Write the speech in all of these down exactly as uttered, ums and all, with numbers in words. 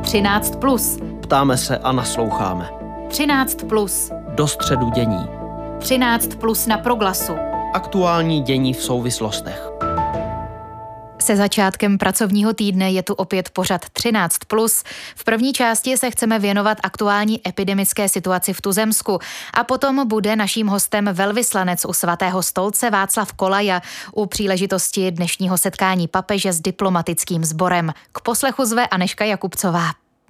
třináct plus. Ptáme se a nasloucháme. třináct plus. Do středu dění. třináct plus na Proglasu. Aktuální dění v souvislostech. Se začátkem pracovního týdne je tu opět pořad třináct plus. V první části se chceme věnovat aktuální epidemické situaci v tuzemsku a potom bude naším hostem velvyslanec u Svatého stolce Václav Kolaja u příležitosti dnešního setkání papeže s diplomatickým sborem. K poslechu zve Anežka Jakubcová.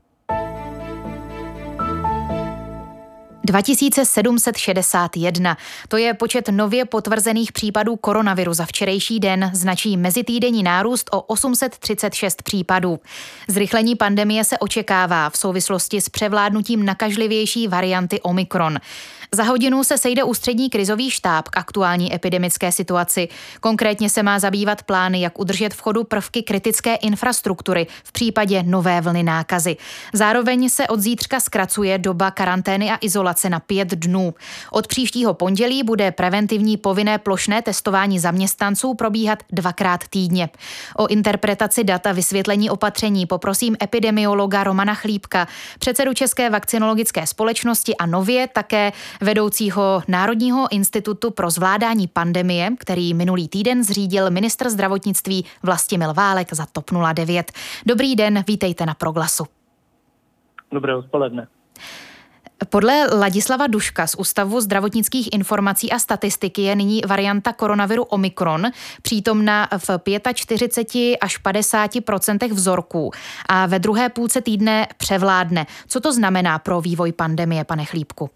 dva tisíce sedm set šedesát jedna. To je počet nově potvrzených případů koronaviru za včerejší den, značí mezitýdenní nárůst o osm set třicet šest případů. Zrychlení pandemie se očekává v souvislosti s převládnutím nakažlivější varianty Omikron. Za hodinu se sejde ústřední krizový štáb k aktuální epidemické situaci. Konkrétně se má zabývat plány, jak udržet v chodu prvky kritické infrastruktury v případě nové vlny nákazy. Zároveň se od zítřka zkracuje doba karantény a izolace na pět dnů. Od příštího pondělí bude preventivní povinné plošné testování zaměstnanců probíhat dvakrát týdně. O interpretaci dat a vysvětlení opatření poprosím epidemiologa Romana Chlípka, předsedu České vakcinologické společnosti a nově také vedoucího Národního institutu pro zvládání pandemie, který minulý týden zřídil ministr zdravotnictví Vlastimil Válek za TOP nula devět. Dobrý den, vítejte na Proglasu. Dobré odpoledne. Podle Ladislava Duška z Ústavu zdravotnických informací a statistiky je nyní varianta koronaviru Omikron přítomna v čtyřicet pět až padesát procent vzorků a ve druhé půlce týdne převládne. Co to znamená pro vývoj pandemie, pane Chlípku?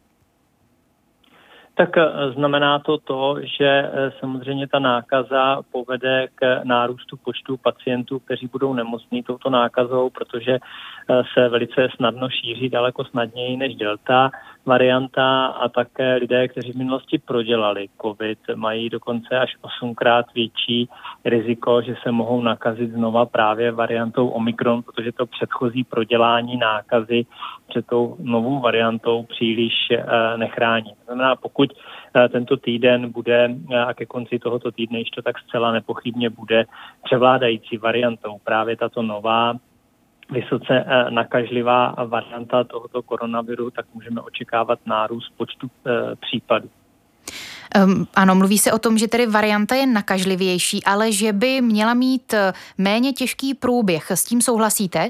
Tak znamená to to, že samozřejmě ta nákaza povede k nárůstu počtu pacientů, kteří budou nemocní touto nákazou, protože se velice snadno šíří, daleko snadněji než delta varianta, a také lidé, kteří v minulosti prodělali covid, mají dokonce až osmkrát větší riziko, že se mohou nakazit znova právě variantou Omikron, protože to předchozí prodělání nákazy před tou novou variantou příliš nechrání. To znamená, pokud tento týden bude a ke konci tohoto týdne ještě tak zcela nepochybně bude převládající variantou právě tato nová vysoce nakažlivá varianta tohoto koronaviru, tak můžeme očekávat nárůst počtu e, případů. Um, ano, mluví se o tom, že tedy varianta je nakažlivější, ale že by měla mít méně těžký průběh. S tím souhlasíte?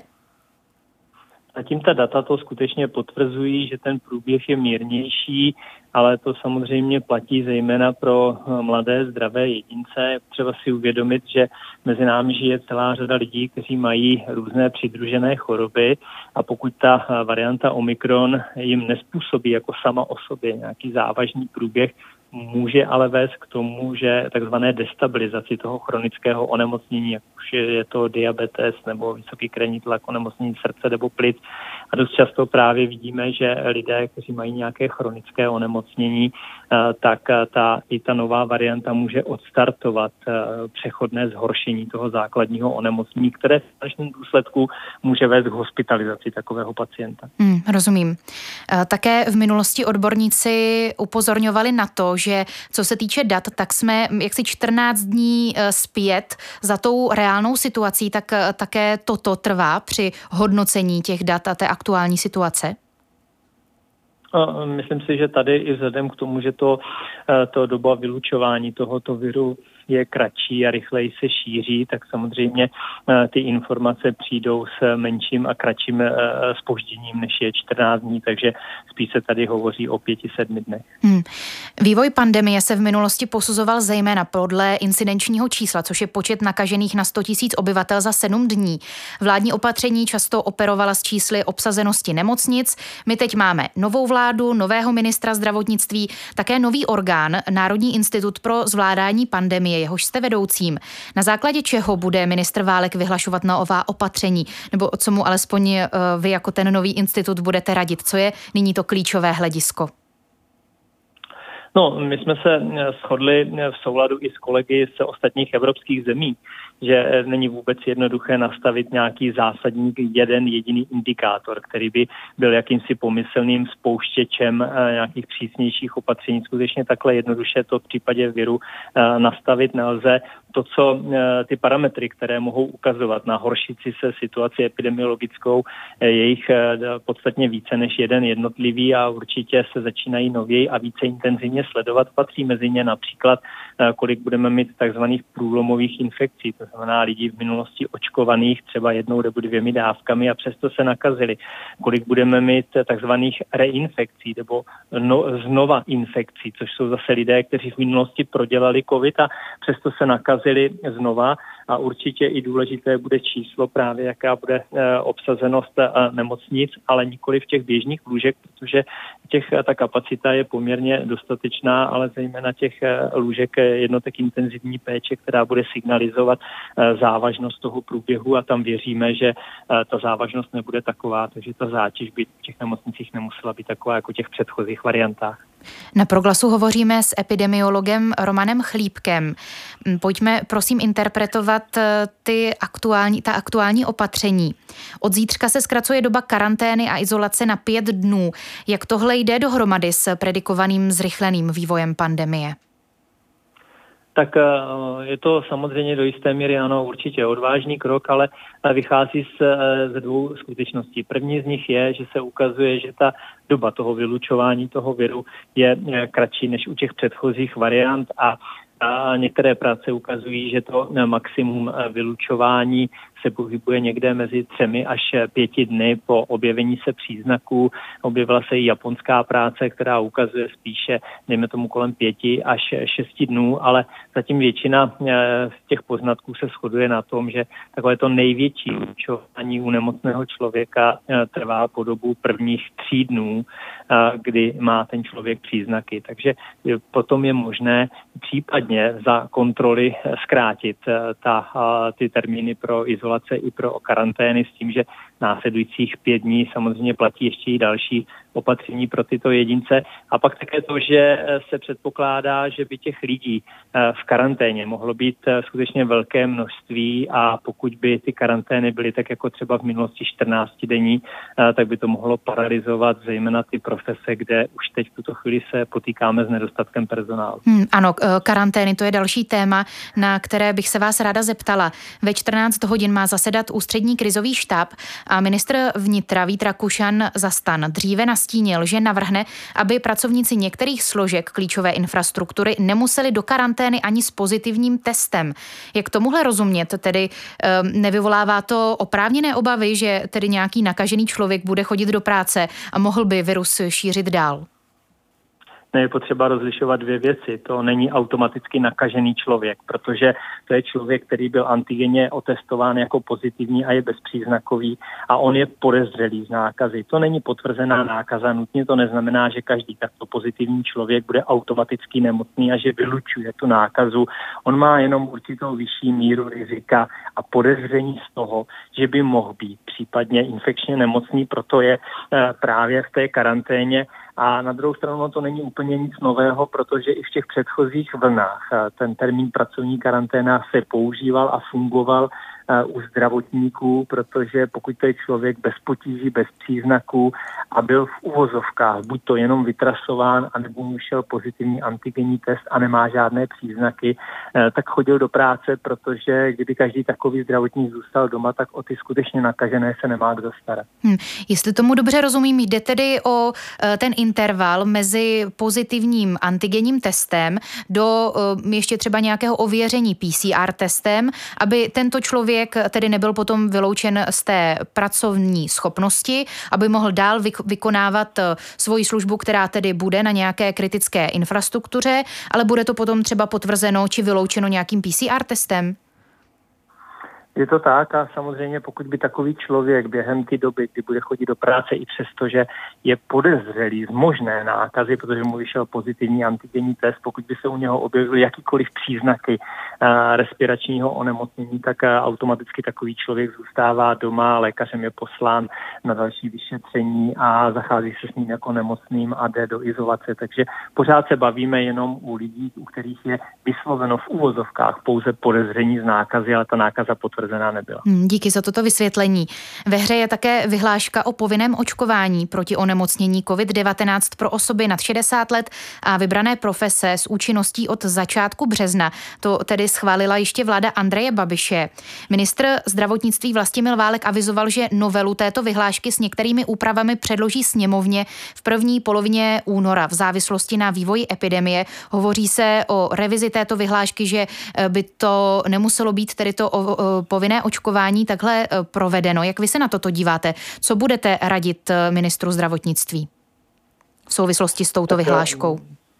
Zatím ta data to skutečně potvrzují, že ten průběh je mírnější, ale to samozřejmě platí zejména pro mladé zdravé jedince. Třeba si uvědomit, že mezi námi žije celá řada lidí, kteří mají různé přidružené choroby, a pokud ta varianta Omikron jim nespůsobí jako sama o sobě nějaký závažný průběh, může ale vést k tomu, že takzvané destabilizaci toho chronického onemocnění, jak už je to diabetes nebo vysoký krevní tlak, onemocnění srdce nebo plic. A dost často právě vidíme, že lidé, kteří mají nějaké chronické onemocnění, tak ta, i ta nová varianta může odstartovat přechodné zhoršení toho základního onemocnění, které v konečném důsledku může vést k hospitalizaci takového pacienta. Hmm, rozumím. Také v minulosti odborníci upozorňovali na to, že co se týče dat, tak jsme jaksi čtrnáct dní zpět za tou reálnou situací, tak také toto trvá při hodnocení těch dat a té aktuální situace? Myslím si, že tady i vzhledem k tomu, že to, to doba vylučování tohoto viru je kratší a rychleji se šíří, tak samozřejmě ty informace přijdou s menším a kratším zpožděním, než je čtrnáct dní, takže spíš se tady hovoří o pěti, sedmi dnech. Hmm. Vývoj pandemie se v minulosti posuzoval zejména podle incidenčního čísla, což je počet nakažených na sto tisíc obyvatel za sedm dní. Vládní opatření často operovala s čísly obsazenosti nemocnic. My teď máme novou vládu, nového ministra zdravotnictví, také nový orgán, Národní institut pro zvládání pandemie, jehož jste vedoucím. Na základě čeho bude ministr Válek vyhlašovat nová opatření? Nebo co mu alespoň vy jako ten nový institut budete radit? Co je nyní to klíčové hledisko? No, my jsme se shodli v souladu i s kolegy z ostatních evropských zemí, že není vůbec jednoduché nastavit nějaký zásadní jeden jediný indikátor, který by byl jakýmsi pomyslným spouštěčem nějakých přísnějších opatření. Skutečně takhle jednoduše to v případě viru nastavit nelze. to, co ty parametry, které mohou ukazovat na horšící se situaci epidemiologickou, je jich podstatně více než jeden jednotlivý a určitě se začínají nověji a více intenzivně sledovat. Patří mezi ně například, kolik budeme mít takzvaných průlomových infekcí, to znamená lidí v minulosti očkovaných třeba jednou nebo dvěmi dávkami a přesto se nakazili. Kolik budeme mít takzvaných reinfekcí nebo no, znova infekcí, což jsou zase lidé, kteří v minulosti prodělali covid a přesto se nakazili znova. A určitě i důležité bude číslo právě, jaká bude e, obsazenost e, nemocnic, ale nikoli v těch běžných lůžek, protože těch, ta kapacita je poměrně dostatečná, ale zejména těch e, lůžek jednotek intenzivní péče, která bude signalizovat e, závažnost toho průběhu a tam věříme, že e, ta závažnost nebude taková, takže ta zátěž by v těch nemocnicích nemusela být taková jako v těch předchozích variantách. Na Proglasu hovoříme s epidemiologem Romanem Chlípkem. Pojďme prosím interpretovat ty aktuální, ta aktuální opatření. Od zítřka se zkracuje doba karantény a izolace na pět dnů. Jak tohle jde dohromady s predikovaným zrychleným vývojem pandemie? Tak je to samozřejmě do jisté míry ano, určitě odvážný krok, ale vychází z, ze dvou skutečností. První z nich je, že se ukazuje, že ta doba toho vylučování toho viru je kratší než u těch předchozích variant a A některé práce ukazují, že to maximum vylučování se pohybuje někde mezi třemi až pěti dny po objevení se příznaků. Objevila se i japonská práce, která ukazuje spíše, dejme tomu kolem pěti až šesti dnů, ale zatím většina z těch poznatků se shoduje na tom, že takové to největší vylučování u nemocného člověka trvá po dobu prvních tří dnů, kdy má ten člověk příznaky. Takže potom je možné případně za kontroly zkrátit ta, ty termíny pro izolace i pro karantény s tím, že následujících pět dní samozřejmě platí ještě i další opatření pro tyto jedince. A pak také to, že se předpokládá, že by těch lidí v karanténě mohlo být skutečně velké množství a pokud by ty karantény byly tak jako třeba v minulosti čtrnáct denní, tak by to mohlo paralyzovat zejména ty profese, kde už teď v tuto chvíli se potýkáme s nedostatkem personálu. Hmm, ano, karantény, to je další téma, na které bych se vás ráda zeptala. Ve čtrnáct hodin má zasedat ústřední krizový štáb a ministr vnitra Vít Rakušan za STAN dříve nastínil, že navrhne, aby pracovníci některých složek klíčové infrastruktury nemuseli do karantény ani s pozitivním testem. Jak tomuhle rozumět? Tedy nevyvolává to oprávněné obavy, že tedy nějaký nakažený člověk bude chodit do práce a mohl by virus šířit dál? Je potřeba rozlišovat dvě věci. To není automaticky nakažený člověk, protože to je člověk, který byl antigenně otestován jako pozitivní a je bezpříznakový a on je podezřelý z nákazy. To není potvrzená nákaza, nutně to neznamená, že každý takto pozitivní člověk bude automaticky nemocný a že vylučuje tu nákazu. On má jenom určitou vyšší míru rizika a podezření z toho, že by mohl být případně infekčně nemocný, proto je právě v té karanténě. A na druhou stranu to není úplně nic nového, protože i v těch předchozích vlnách ten termín pracovní karanténa se používal a fungoval u zdravotníků, protože pokud to je člověk bez potíží, bez příznaků a byl v uvozovkách, buď to jenom vytrasován, anebo mu šel pozitivní antigenní test a nemá žádné příznaky, tak chodil do práce, protože kdyby každý takový zdravotník zůstal doma, tak o ty skutečně nakažené se nemá kdo starat. Hmm. Jestli tomu dobře rozumím, jde tedy o ten interval mezi pozitivním antigenním testem do ještě třeba nějakého ověření P C R testem, aby tento člověk tedy nebyl potom vyloučen z té pracovní schopnosti, aby mohl dál vykonávat svoji službu, která tedy bude na nějaké kritické infrastruktuře, ale bude to potom třeba potvrzeno či vyloučeno nějakým P C R testem? Je to tak a samozřejmě pokud by takový člověk během té doby, kdy bude chodit do práce i přesto, že je podezřelý z možné nákazy, protože mu vyšel pozitivní antigenní test, pokud by se u něho objevily jakýkoliv příznaky a, respiračního onemocnění, tak a, automaticky takový člověk zůstává doma, lékařem je poslán na další vyšetření a zachází se s ním jako nemocným a jde do izolace. Takže pořád se bavíme jenom u lidí, u kterých je vysloveno v uvozovkách pouze podezření z nákazy, ale ta nákaza potvrzuje potvrzená nebyla. Díky za toto vysvětlení. Ve hře je také vyhláška o povinném očkování proti onemocnění covid devatenáct pro osoby nad šedesát let a vybrané profese s účinností od začátku března. To tedy schválila ještě vláda Andreje Babiše. Ministr zdravotnictví Vlastimil Válek avizoval, že novelu této vyhlášky s některými úpravami předloží sněmovně v první polovině února v závislosti na vývoji epidemie. Hovoří se o revizi této vyhlášky, že by to nemuselo být tedy to povinné očkování takhle provedeno. Jak vy se na toto díváte? Co budete radit ministru zdravotnictví v souvislosti s touto vyhláškou?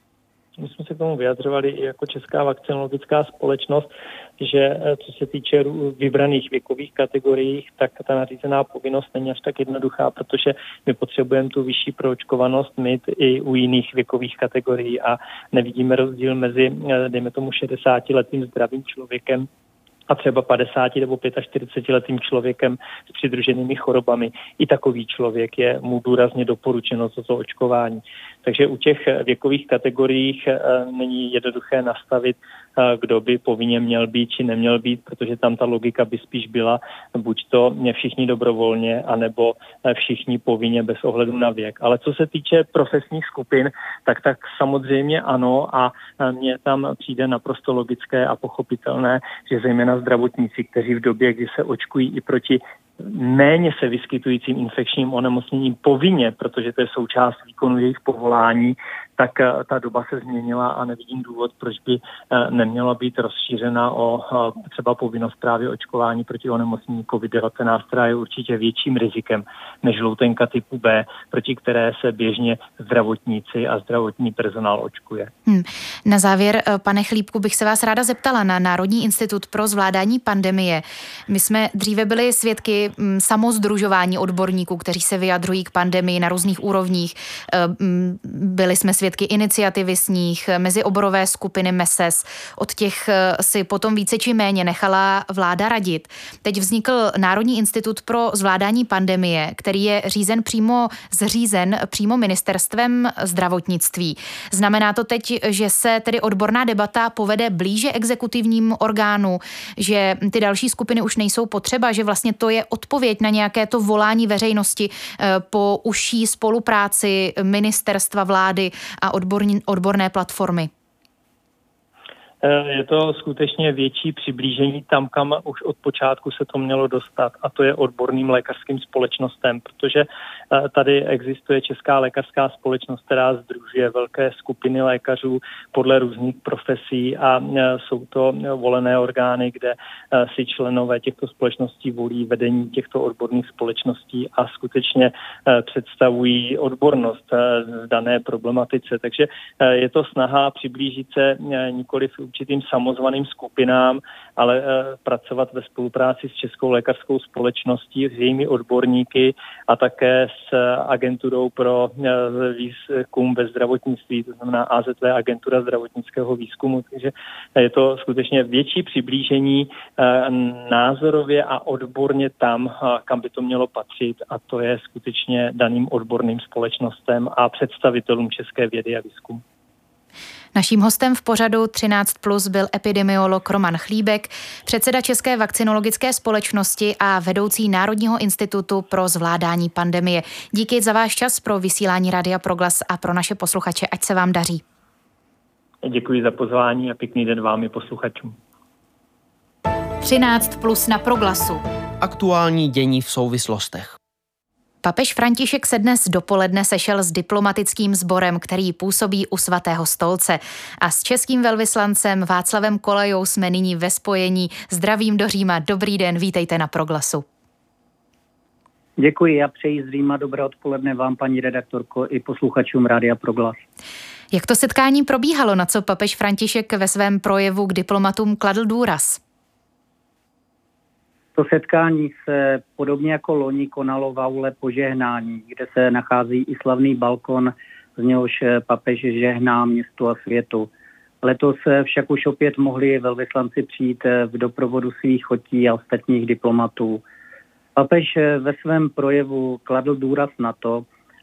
My jsme se k tomu vyjadřovali i jako Česká vakcinologická společnost, že co se týče vybraných věkových kategorií, tak ta nařízená povinnost není až tak jednoduchá, protože my potřebujeme tu vyšší proočkovanost mít i u jiných věkových kategorií a nevidíme rozdíl mezi, dejme tomu, šedesátiletým zdravým člověkem a třeba padesáti nebo čtyřicetiletým člověkem s přidruženými chorobami. I takový člověk je mu důrazně doporučeno toto očkování. Takže u těch věkových kategoriích není jednoduché nastavit, kdo by povinně měl být či neměl být, protože tam ta logika by spíš byla buď to všichni dobrovolně, anebo všichni povinně bez ohledu na věk. Ale co se týče profesních skupin, tak tak samozřejmě ano a mně tam přijde naprosto logické a pochopitelné, že zejména zdravotníci, kteří v době, kdy se očkují i proti méně se vyskytujícím infekčním onemocněním povinně, protože to je součást výkonu jejich povolání, tak ta doba se změnila a nevidím důvod, proč by neměla být rozšířena o třeba povinnost právě očkování proti onemocnění covid devatenáct, která je určitě větším rizikem než žloutenka typu B, proti které se běžně zdravotníci a zdravotní personál očkuje. Hmm. Na závěr, pane Chlípku, bych se vás ráda zeptala na Národní institut pro zvládání pandemie. My jsme dříve byli svědky samozdružování odborníků, kteří se vyjadřují k pandemii na různých úrovních. Byli jsme svědky iniciativy s nich, mezioborové skupiny M E S E S. Od těch si potom více či méně nechala vláda radit. Teď vznikl Národní institut pro zvládání pandemie, který je řízen přímo, zřízen přímo ministerstvem zdravotnictví. Znamená to teď, že se tedy odborná debata povede blíže exekutivním orgánu, že ty další skupiny už nejsou potřeba, že vlastně to je odpověď na nějaké to volání veřejnosti po užší spolupráci ministerstva, vlády a odborní, odborné platformy? Je to skutečně větší přiblížení tam, kam už od počátku se to mělo dostat, a to je odborným lékařským společnostem, protože tady existuje Česká lékařská společnost, která sdružuje velké skupiny lékařů podle různých profesí a jsou to volené orgány, kde si členové těchto společností volí vedení těchto odborných společností a skutečně představují odbornost v dané problematice. Takže je to snaha přiblížit se nikoli v určitým samozvaným skupinám, ale pracovat ve spolupráci s Českou lékařskou společností, s jejími odborníky a také s agenturou pro výzkum ve zdravotnictví, to znamená A Z V, agentura zdravotnického výzkumu. Takže je to skutečně větší přiblížení názorově a odborně tam, kam by to mělo patřit, a to je skutečně daným odborným společnostem a představitelům české vědy a výzkumu. Naším hostem v pořadu třináct plus byl epidemiolog Roman Chlíbek, předseda České vakcinologické společnosti a vedoucí Národního institutu pro zvládání pandemie. Díky za váš čas pro vysílání Rádia Proglas a pro naše posluchače. Ať se vám daří. Děkuji za pozvání a pěkný den vám i posluchačům. třináct plus na Proglasu. Aktuální dění v souvislostech. Papež František se dnes dopoledne sešel s diplomatickým sborem, který působí u Svatého stolce. A s českým velvyslancem Václavem Kolejou jsme nyní ve spojení. Zdravím do Říma, dobrý den, vítejte na Proglasu. Děkuji, já přeji z Říma dobré odpoledne vám, paní redaktorko, i posluchačům Rádia Proglas. Jak to setkání probíhalo, na co papež František ve svém projevu k diplomatům kladl důraz? To setkání se podobně jako loni konalo v aule požehnání, kde se nachází i slavný balkon, z něhož papež žehná městu a světu. Letos však už opět mohli velvyslanci přijít v doprovodu svých hostí a ostatních diplomatů. Papež ve svém projevu kladl důraz na to,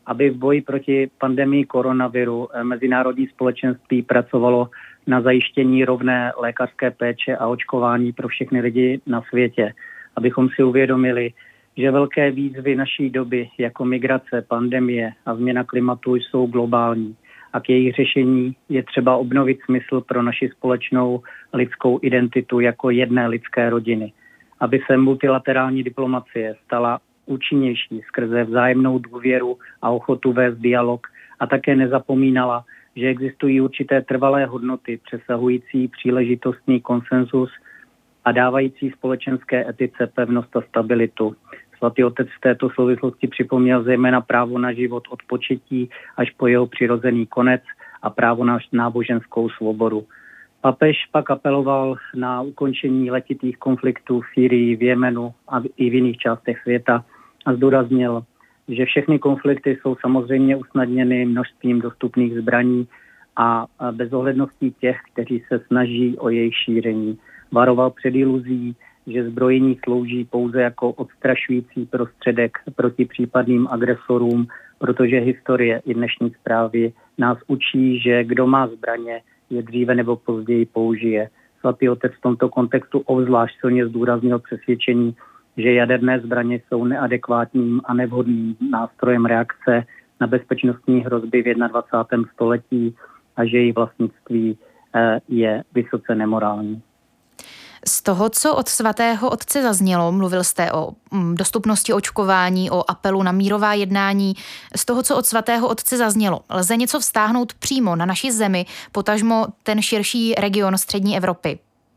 aby v boji proti pandemii koronaviru mezinárodní společenství pracovalo na zajištění rovné lékařské péče a očkování pro všechny lidi na světě. Abychom si uvědomili, že velké výzvy naší doby, jako migrace, pandemie a změna klimatu, jsou globální a k jejich řešení je třeba obnovit smysl pro naši společnou lidskou identitu jako jedné lidské rodiny. Aby se multilaterální diplomacie stala účinnější skrze vzájemnou důvěru a ochotu vést dialog a také nezapomínala, že existují určité trvalé hodnoty přesahující příležitostný konsenzus a dávající společenské etice pevnost a stabilitu. Svatý otec v této souvislosti připomněl zejména právo na život od početí až po jeho přirozený konec a právo na náboženskou svobodu. Papež pak apeloval na ukončení letitých konfliktů v Sýrii, v Jemenu a i v jiných částech světa a zdůraznil, že všechny konflikty jsou samozřejmě usnadněny množstvím dostupných zbraní a bezohledností těch, kteří se snaží o jejich šíření. Varoval před iluzí, že zbrojení slouží pouze jako odstrašující prostředek proti případným agresorům, protože historie i dnešní zprávy nás učí, že kdo má zbraně, je dříve nebo později použije. Svatý otec v tomto kontextu obzvlášť silně zdůraznil přesvědčení, že jaderné zbraně jsou neadekvátním a nevhodným nástrojem reakce na bezpečnostní hrozby v dvacátém prvním století a že jejich vlastnictví je vysoce nemorální. Z toho, co od svatého otce zaznělo, mluvil jste o dostupnosti očkování, o apelu na mírová jednání, z toho, co od svatého otce zaznělo, lze něco vztáhnout přímo na naši zemi, potažmo ten širší region střední Evropy?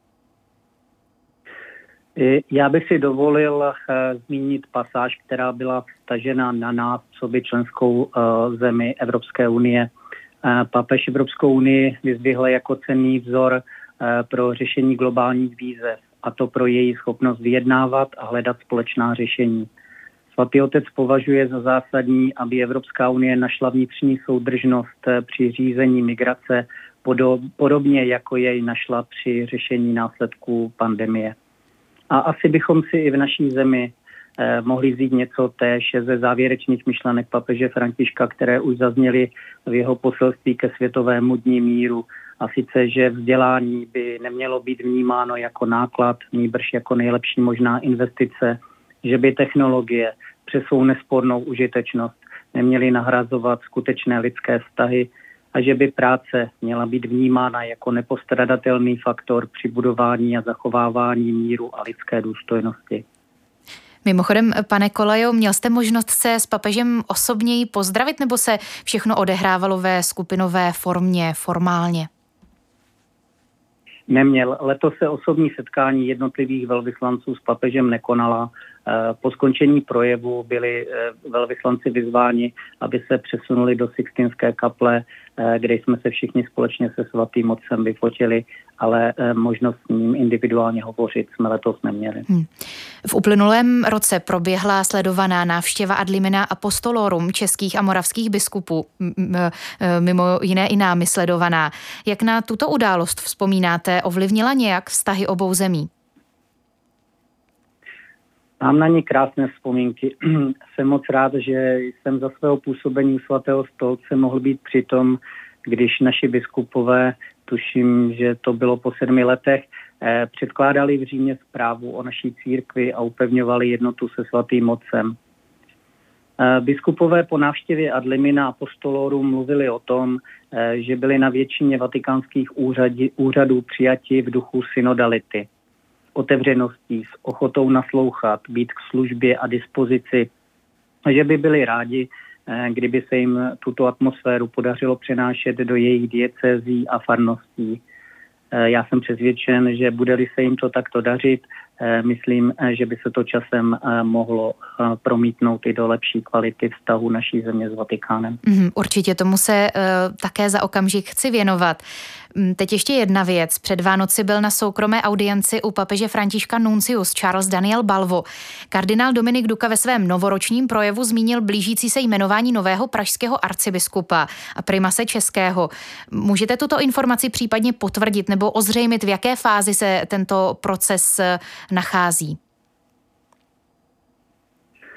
Já bych si dovolil uh, zmínit pasáž, která byla vztažena na nás, co by členskou uh, zemi Evropské unie. Uh, papež Evropskou unii vyzdvihl jako cenný vzor uh, pro řešení globálních výzev, a to pro její schopnost vyjednávat a hledat společná řešení. Svatý otec považuje za zásadní, aby Evropská unie našla vnitřní soudržnost při řízení migrace, podobně jako jej našla při řešení následků pandemie. A asi bychom si i v naší zemi eh, mohli vzít něco též ze závěrečných myšlenek papeže Františka, které už zazněly v jeho poselství ke světovému dni míru. A sice, že vzdělání by nemělo být vnímáno jako náklad, nýbrž jako nejlepší možná investice, že by technologie přes svou nespornou užitečnost neměly nahrazovat skutečné lidské vztahy a že by práce měla být vnímána jako nepostradatelný faktor při budování a zachovávání míru a lidské důstojnosti. Mimochodem, pane Kolajo, měl jste možnost se s papežem osobněji pozdravit, nebo se všechno odehrávalo ve skupinové formě, formálně? Neměl. Letos se osobní setkání jednotlivých velvyslanců s papežem nekonala. Po skončení projevu byli velvyslanci vyzváni, aby se přesunuli do Sixtinské kaple, kde jsme se všichni společně se svatým otcem vyfotili, ale možnost s ním individuálně hovořit jsme letos neměli. Hmm. V uplynulém roce proběhla sledovaná návštěva ad limina apostolorum českých a moravských biskupů, mimo jiné i námi sledovaná. Jak na tuto událost vzpomínáte, ovlivnila nějak vztahy obou zemí? Mám na ní krásné vzpomínky. Jsem moc rád, že jsem za svého působení u svatého stolce mohl být přitom, když naši biskupové, tuším, že to bylo po sedmi letech, eh, předkládali v Římě zprávu o naší církvi a upevňovali jednotu se svatým otcem. Eh, biskupové po návštěvě ad limina apostolorum mluvili o tom, eh, že byli na většině vatikánských úřadí, úřadů přijati v duchu synodality. Otevřeností, s ochotou naslouchat, být k službě a dispozici, že by byli rádi, kdyby se jim tuto atmosféru podařilo přenášet do jejich diecézí a farností. Já jsem přesvědčen, že bude-li se jim to takto dařit, myslím, že by se to časem mohlo promítnout i do lepší kvality vztahu naší země s Vatikánem. Mm, určitě tomu se uh, také za okamžik chci věnovat. Teď ještě jedna věc. Před Vánoci byl na soukromé audienci u papeže Františka nuncius Charles Daniel Balvo. Kardinál Dominik Duka ve svém novoročním projevu zmínil blížící se jmenování nového pražského arcibiskupa a primase českého. Můžete tuto informaci případně potvrdit nebo ozřejmit, v jaké fázi se tento proces nachází?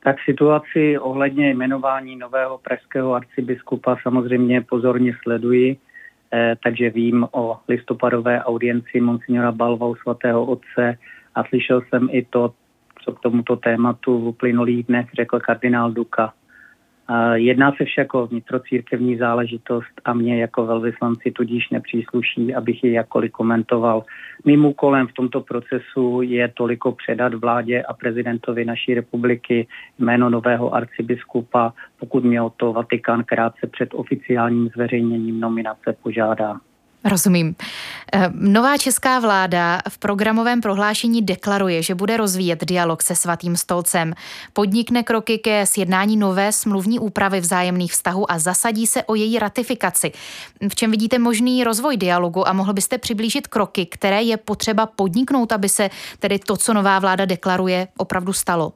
Tak situaci ohledně jmenování nového pražského arcibiskupa samozřejmě pozorně sleduji, eh, takže vím o listopadové audienci monsignora Balvau svatého otce a slyšel jsem i to, co k tomuto tématu v uplynulých dnech řekl kardinál Duka. Jedná se však o vnitrocírkevní záležitost a mě jako velvyslanci tudíž nepřísluší, abych ji jakkoliv komentoval. Mým úkolem v tomto procesu je toliko předat vládě a prezidentovi naší republiky jméno nového arcibiskupa, pokud mě o to Vatikán krátce před oficiálním zveřejněním nominace požádá. Rozumím. Nová česká vláda v programovém prohlášení deklaruje, že bude rozvíjet dialog se Svatým stolcem, podnikne kroky ke sjednání nové smluvní úpravy vzájemných vztahů a zasadí se o její ratifikaci. V čem vidíte možný rozvoj dialogu a mohl byste přiblížit kroky, které je potřeba podniknout, aby se tedy to, co nová vláda deklaruje, opravdu stalo?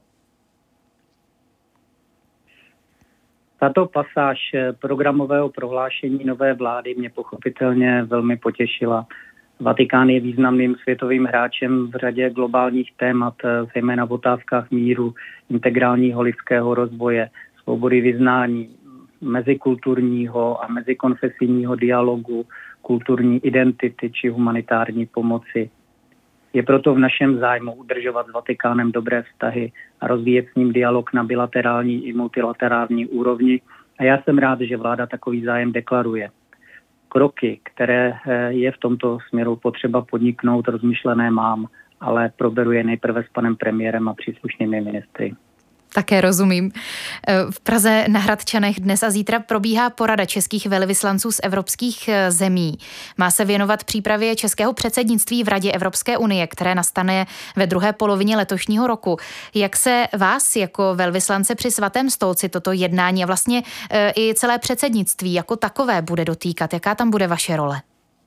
Tato pasáž programového prohlášení nové vlády mě pochopitelně velmi potěšila. Vatikán je významným světovým hráčem v řadě globálních témat, zejména v otázkách míru, integrálního lidského rozvoje, svobody vyznání, mezikulturního a mezikonfesijního dialogu, kulturní identity či humanitární pomoci. Je proto v našem zájmu udržovat s Vatikánem dobré vztahy a rozvíjet s ním dialog na bilaterální i multilaterální úrovni. A já jsem rád, že vláda takový zájem deklaruje. Kroky, které je v tomto směru potřeba podniknout, rozmyšlené mám, ale proberu je nejprve s panem premiérem a příslušnými ministry. Také rozumím. V Praze na Hradčanech dnes a zítra probíhá porada českých velvyslanců z evropských zemí. Má se věnovat přípravě českého předsednictví v Radě Evropské unie, které nastane ve druhé polovině letošního roku. Jak se vás jako velvyslance při Svatém stolci toto jednání a vlastně i celé předsednictví jako takové bude dotýkat? Jaká tam bude vaše role?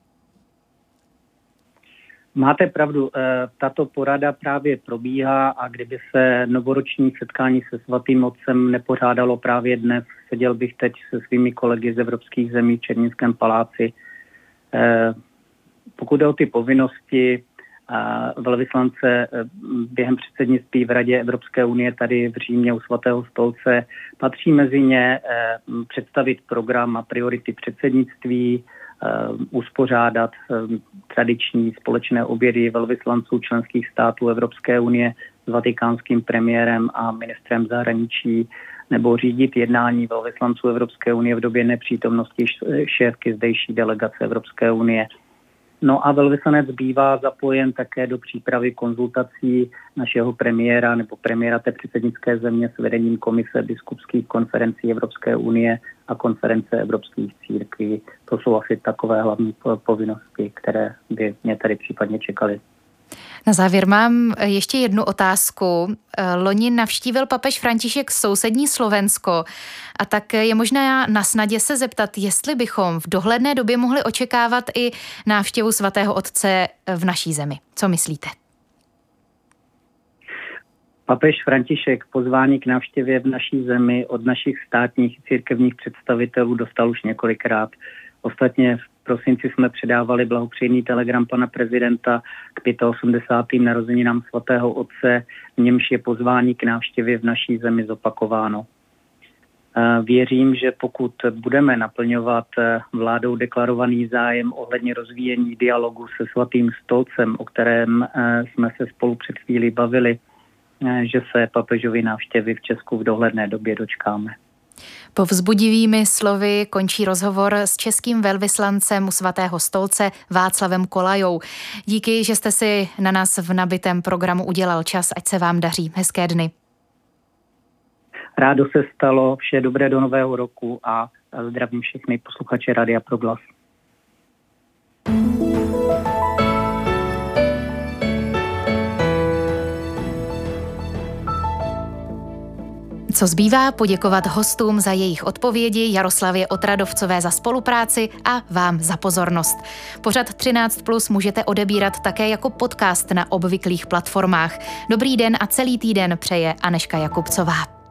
Máte pravdu, tato porada právě probíhá a kdyby se novoroční setkání se Svatým otcem nepořádalo právě dnes, seděl bych teď se svými kolegy z evropských zemí v Černínském paláci. Pokud jde o ty povinnosti velvyslance během předsednictví v Radě Evropské unie tady v Římě u Svatého stolce, patří mezi ně představit program a priority předsednictví, uspořádat tradiční společné obědy velvyslanců členských států Evropské unie s vatikánským premiérem a ministrem zahraničí nebo řídit jednání velvyslanců Evropské unie v době nepřítomnosti šéfky zdejší delegace Evropské unie. No a velvyslanec bývá zapojen také do přípravy konzultací našeho premiéra nebo premiéra té předsednické země s vedením Komise biskupských konferencí Evropské unie a konference evropských církví. To jsou asi takové hlavní povinnosti, které by mě tady případně čekaly. Na závěr mám ještě jednu otázku. Loni navštívil papež František sousední Slovensko a tak je možná na snadě se zeptat, jestli bychom v dohledné době mohli očekávat i návštěvu svatého otce v naší zemi. Co myslíte? Papež František pozvání k návštěvě v naší zemi od našich státních církevních představitelů dostal už několikrát. Ostatně v prosinci jsme předávali blahopřejný telegram pana prezidenta k osmdesátým pátým narozeninám svatého otce, v němž je pozvání k návštěvě v naší zemi zopakováno. Věřím, že pokud budeme naplňovat vládou deklarovaný zájem ohledně rozvíjení dialogu se Svatým stolcem, o kterém jsme se spolu před chvílí bavili, že se papežovy návštěvy v Česku v dohledné době dočkáme. Povzbudivými slovy končí rozhovor s českým velvyslancem u Svatého stolce Václavem Kolajou. Díky, že jste si na nás v nabitém programu udělal čas, ať se vám daří. Hezké dny. Rádo se stalo, vše dobré do nového roku a zdravím všechny posluchače Radia Proglas. Co zbývá, poděkovat hostům za jejich odpovědi, Jaroslavě Otradovcové za spolupráci a vám za pozornost. Pořad třináct plus můžete odebírat také jako podcast na obvyklých platformách. Dobrý den a celý týden přeje Anežka Jakubcová.